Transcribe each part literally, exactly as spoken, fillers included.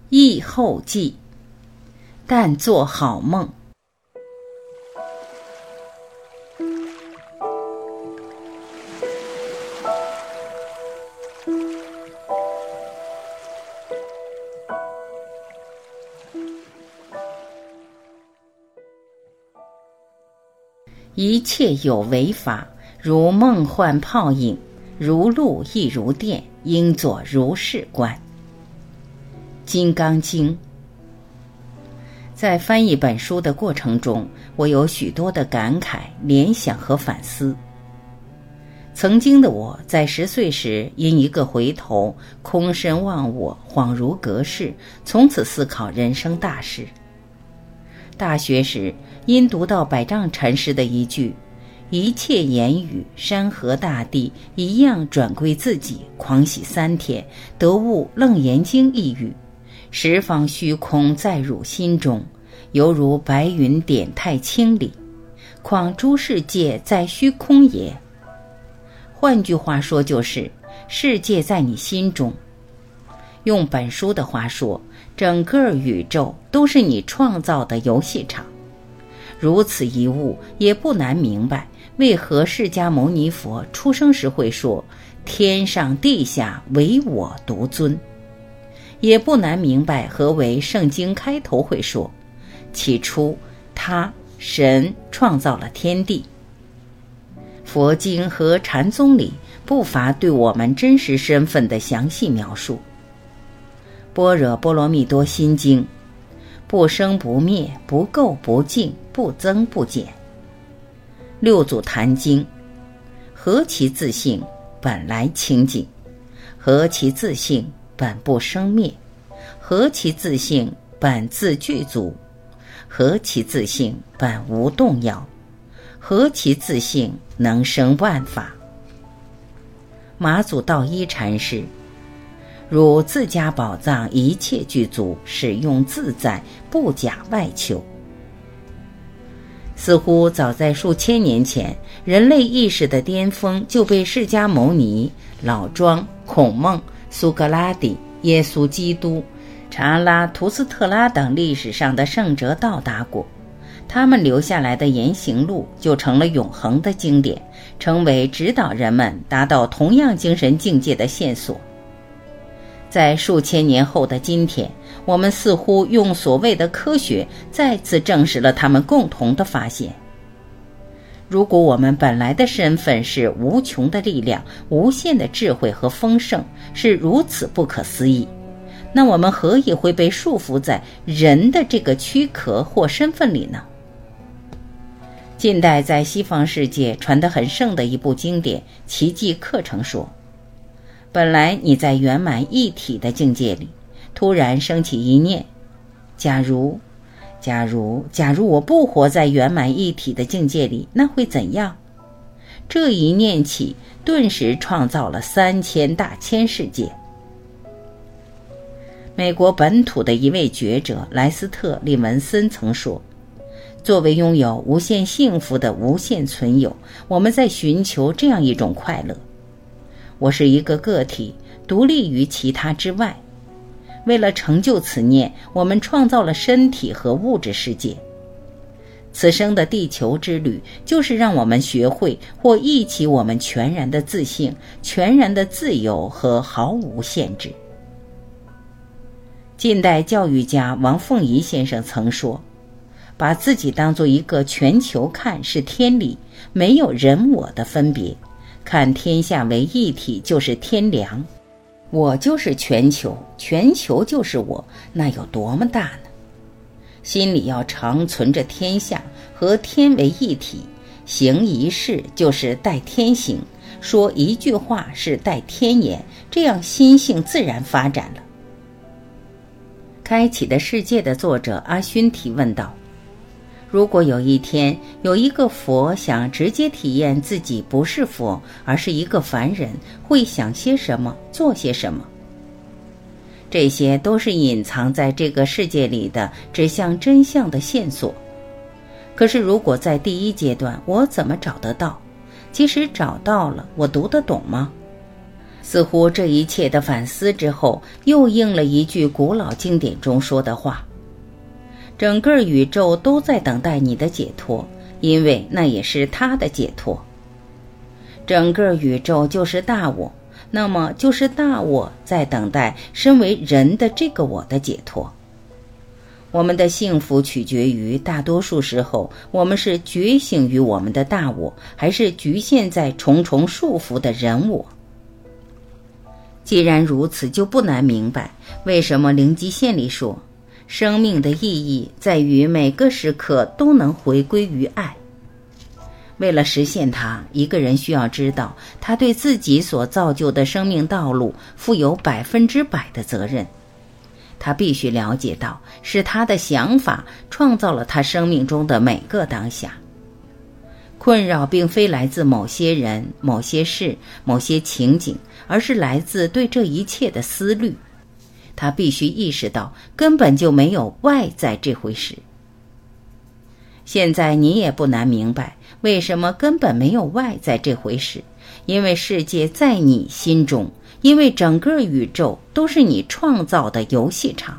忆后记，但做好梦。一切有为法，如梦幻泡影，如露亦如电，应作如是观。金刚经。在翻译本书的过程中，我有许多的感慨、联想和反思。曾经的我在十岁时因一个回头，空身忘我，恍如隔世，从此思考人生大事。大学时因读到百丈禅师的一句一切言语山河大地一样转归自己，狂喜三天，得悟楞严经一语，十方虚空在汝心中，犹如白云点太清理，况诸世界在虚空也。换句话说，就是世界在你心中。用本书的话说，整个宇宙都是你创造的游戏场。如此一悟，也不难明白为何释迦牟尼佛出生时会说天上地下唯我独尊，也不难明白何为圣经开头会说起初他神创造了天地。佛经和禅宗里不乏对我们真实身份的详细描述。般若波罗蜜多心经，不生不灭，不垢不净，不增不减。六祖坛经，何其自性，本来清净，何其自性，本不生灭，何其自性，本自具足，何其自性，本无动摇，何其自性，能生万法。马祖道一禅师，如自家宝藏一切具足，使用自在，不假外求。似乎早在数千年前，人类意识的巅峰就被释迦牟尼、老庄、孔孟、苏格拉底、耶稣基督、查拉图斯特拉等历史上的圣哲到达过，他们留下来的言行录就成了永恒的经典，成为指导人们达到同样精神境界的线索。在数千年后的今天，我们似乎用所谓的科学再次证实了他们共同的发现。如果我们本来的身份是无穷的力量、无限的智慧和丰盛，是如此不可思议，那我们何以会被束缚在人的这个躯壳或身份里呢？近代在西方世界传得很盛的一部经典《奇迹课程》说，本来你在圆满一体的境界里，突然升起一念，假如假如假如我不活在圆满一体的境界里，那会怎样？这一念起，顿时创造了三千大千世界。美国本土的一位觉者莱斯特·利文森曾说，作为拥有无限幸福的无限存有，我们在寻求这样一种快乐。我是一个个体，独立于其他之外。为了成就此念，我们创造了身体和物质世界。此生的地球之旅，就是让我们学会或忆起我们全然的自性、全然的自由和毫无限制。近代教育家王凤仪先生曾说，把自己当作一个全球看是天理，没有人我的分别，看天下为一体就是天良。我就是全球，全球就是我，那有多么大呢？心里要常存着天下，和天为一体，行一事就是代天行，说一句话是代天言，这样心性自然发展了。开启的世界的作者阿勋提问道，如果有一天有一个佛想直接体验自己不是佛，而是一个凡人，会想些什么，做些什么？这些都是隐藏在这个世界里的指向真相的线索。可是如果在第一阶段，我怎么找得到？即使找到了，我读得懂吗？ 似乎这一切的反思之后，又应了一句古老经典中说的话：整个宇宙都在等待你的解脱，因为那也是他的解脱。整个宇宙就是大我，那么就是大我在等待身为人的这个我的解脱。我们的幸福取决于大多数时候，我们是觉醒于我们的大我，还是局限在重重束缚的人我。既然如此，就不难明白为什么灵极限里说，生命的意义在于每个时刻都能回归于爱。为了实现它，一个人需要知道他对自己所造就的生命道路负有百分之百的责任。他必须了解到，是他的想法创造了他生命中的每个当下。困扰并非来自某些人、某些事、某些情景，而是来自对这一切的思虑。他必须意识到，根本就没有外在这回事。现在你也不难明白，为什么根本没有外在这回事，因为世界在你心中，因为整个宇宙都是你创造的游戏场。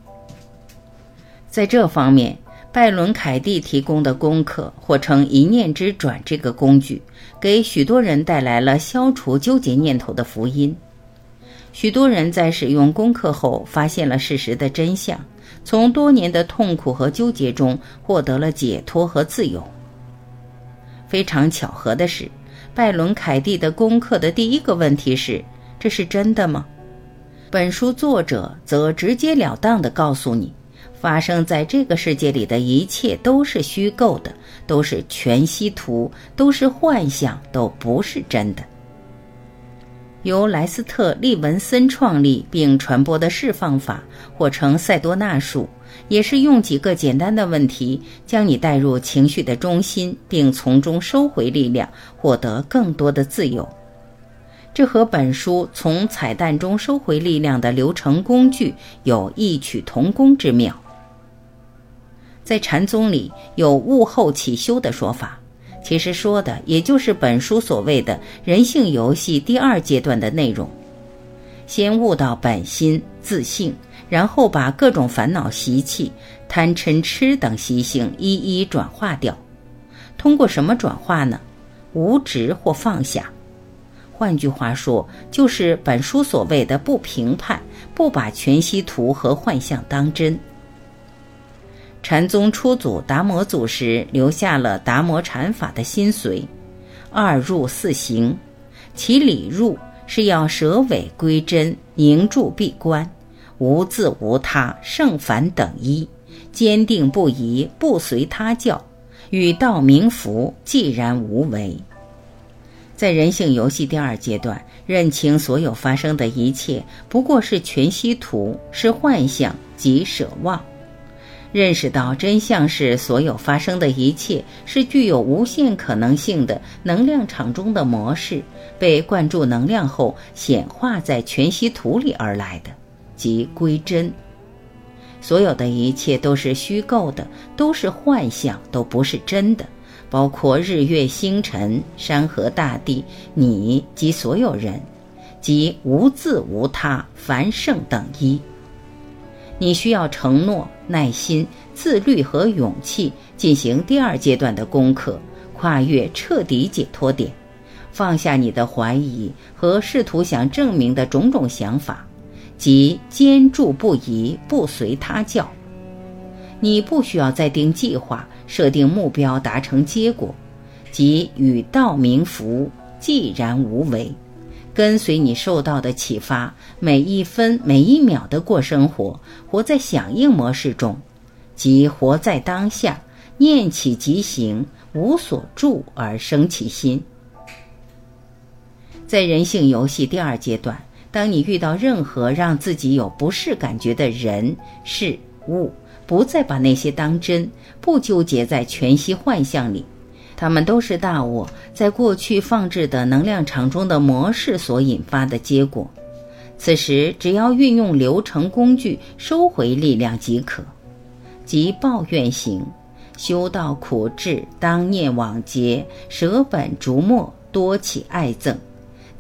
在这方面，拜伦凯蒂提供的功课，或称一念之转这个工具，给许多人带来了消除纠结念头的福音。许多人在使用功课后发现了事实的真相，从多年的痛苦和纠结中获得了解脱和自由。非常巧合的是，拜伦凯蒂的功课的第一个问题是：这是真的吗？本书作者则直截了当地告诉你，发生在这个世界里的一切都是虚构的，都是全息图，都是幻象，都不是真的。由莱斯特·利文森创立并传播的释放法，或称塞多纳术，也是用几个简单的问题将你带入情绪的中心，并从中收回力量，获得更多的自由。这和本书从彩蛋中收回力量的流程工具有异曲同工之妙。在禅宗里有悟后起修的说法，其实说的也就是本书所谓的人性游戏第二阶段的内容。先悟到本心自性，然后把各种烦恼习气、贪嗔痴等习性一一转化掉。通过什么转化呢？无执或放下。换句话说，就是本书所谓的不评判，不把全息图和幻象当真。禅宗初祖达摩祖师留下了达摩禅法的心髓：二入四行，其理入是要舍伪归真，凝住闭关，无自无他，圣凡等一，坚定不移，不随他教，与道明服，寂然无为。在人性游戏第二阶段，认清所有发生的一切不过是全息图，是幻象，即舍忘。认识到真相是所有发生的一切是具有无限可能性的能量场中的模式，被灌注能量后显化在全息图里而来的，即归真。所有的一切都是虚构的，都是幻象，都不是真的，包括日月星辰、山河大地、你及所有人，即无自无他，凡圣等一。你需要承诺、耐心、自律和勇气进行第二阶段的功课，跨越彻底解脱点，放下你的怀疑和试图想证明的种种想法，即坚住不移，不随他教。你不需要再定计划，设定目标，达成结果，即与道明服，寂然无为，跟随你受到的启发，每一分每一秒的过生活，活在响应模式中，即活在当下，念起即行，无所住而生其心。在人性游戏第二阶段，当你遇到任何让自己有不适感觉的人、事、物，不再把那些当真，不纠结在全息幻象里，它们都是大我在过去放置的能量场中的模式所引发的结果。此时只要运用流程工具收回力量即可，即抱怨行，修道苦志，当念往劫，舍本逐末，多起爱憎，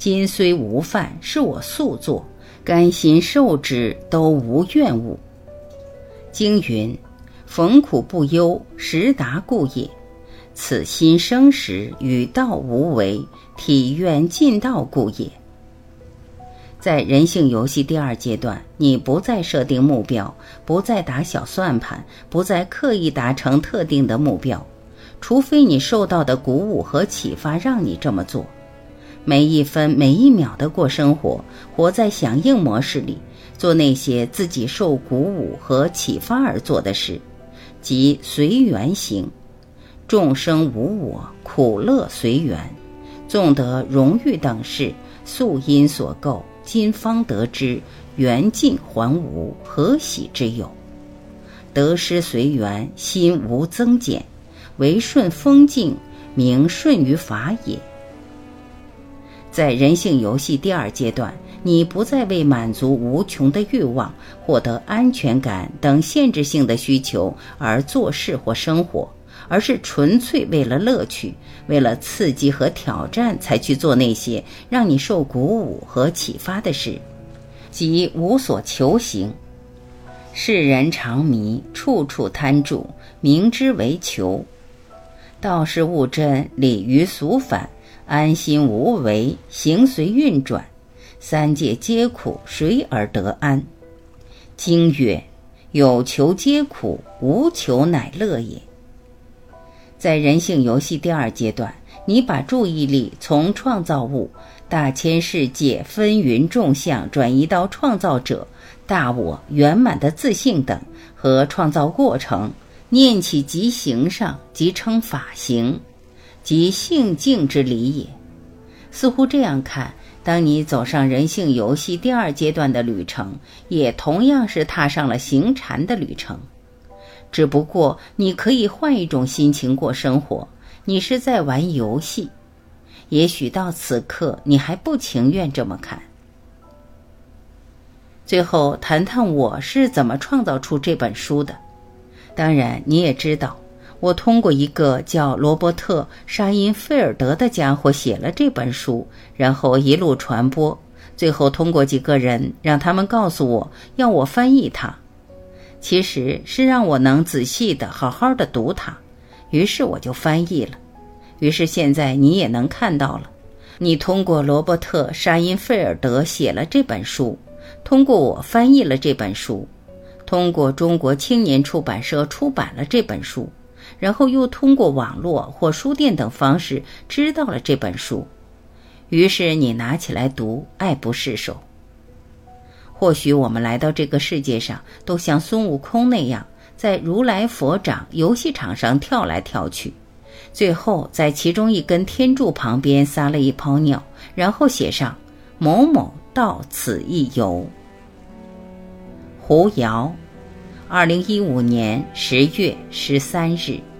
今虽无饭，是我素作，甘心受之，都无怨恶。经云：逢苦不忧，实达故也。此心生时，与道无为，体愿尽道故也。在人性游戏第二阶段，你不再设定目标，不再打小算盘，不再刻意达成特定的目标，除非你受到的鼓舞和启发让你这么做。每一分每一秒的过生活，活在响应模式里，做那些自己受鼓舞和启发而做的事，即随缘行。众生无我，苦乐随缘，纵得荣誉等事，素因所构，今方得知，缘尽还无，何喜之有？得失随缘，心无增减，唯顺风静，名顺于法也。在人性游戏第二阶段，你不再为满足无穷的欲望、获得安全感等限制性的需求而做事或生活，而是纯粹为了乐趣，为了刺激和挑战才去做那些让你受鼓舞和启发的事，即无所求行。世人常迷，处处贪著，明之为求。道是物真，理于俗反，安心无为，行随运转，三界皆苦，谁而得安？经曰：有求皆苦，无求乃乐也。在人性游戏第二阶段，你把注意力从创造物、大千世界纷纭众相转移到创造者、大我、圆满的自性等和创造过程，念起即行上，即称法行，即性境之理也。似乎这样看，当你走上人性游戏第二阶段的旅程，也同样是踏上了行禅的旅程。只不过你可以换一种心情过生活，你是在玩游戏。也许到此刻你还不情愿这么看。最后谈谈我是怎么创造出这本书的。当然你也知道，我通过一个叫罗伯特·沙因菲尔德的家伙写了这本书，然后一路传播，最后通过几个人让他们告诉我要我翻译它，其实是让我能仔细的好好的读它，于是我就翻译了。于是现在你也能看到了，你通过罗伯特·沙因菲尔德写了这本书，通过我翻译了这本书，通过中国青年出版社出版了这本书，然后又通过网络或书店等方式知道了这本书，于是你拿起来读，爱不释手。或许我们来到这个世界上，都像孙悟空那样，在如来佛掌游戏场上跳来跳去，最后在其中一根天柱旁边撒了一泡尿，然后写上某某到此一游。胡瑶，二零一五年十月十三日。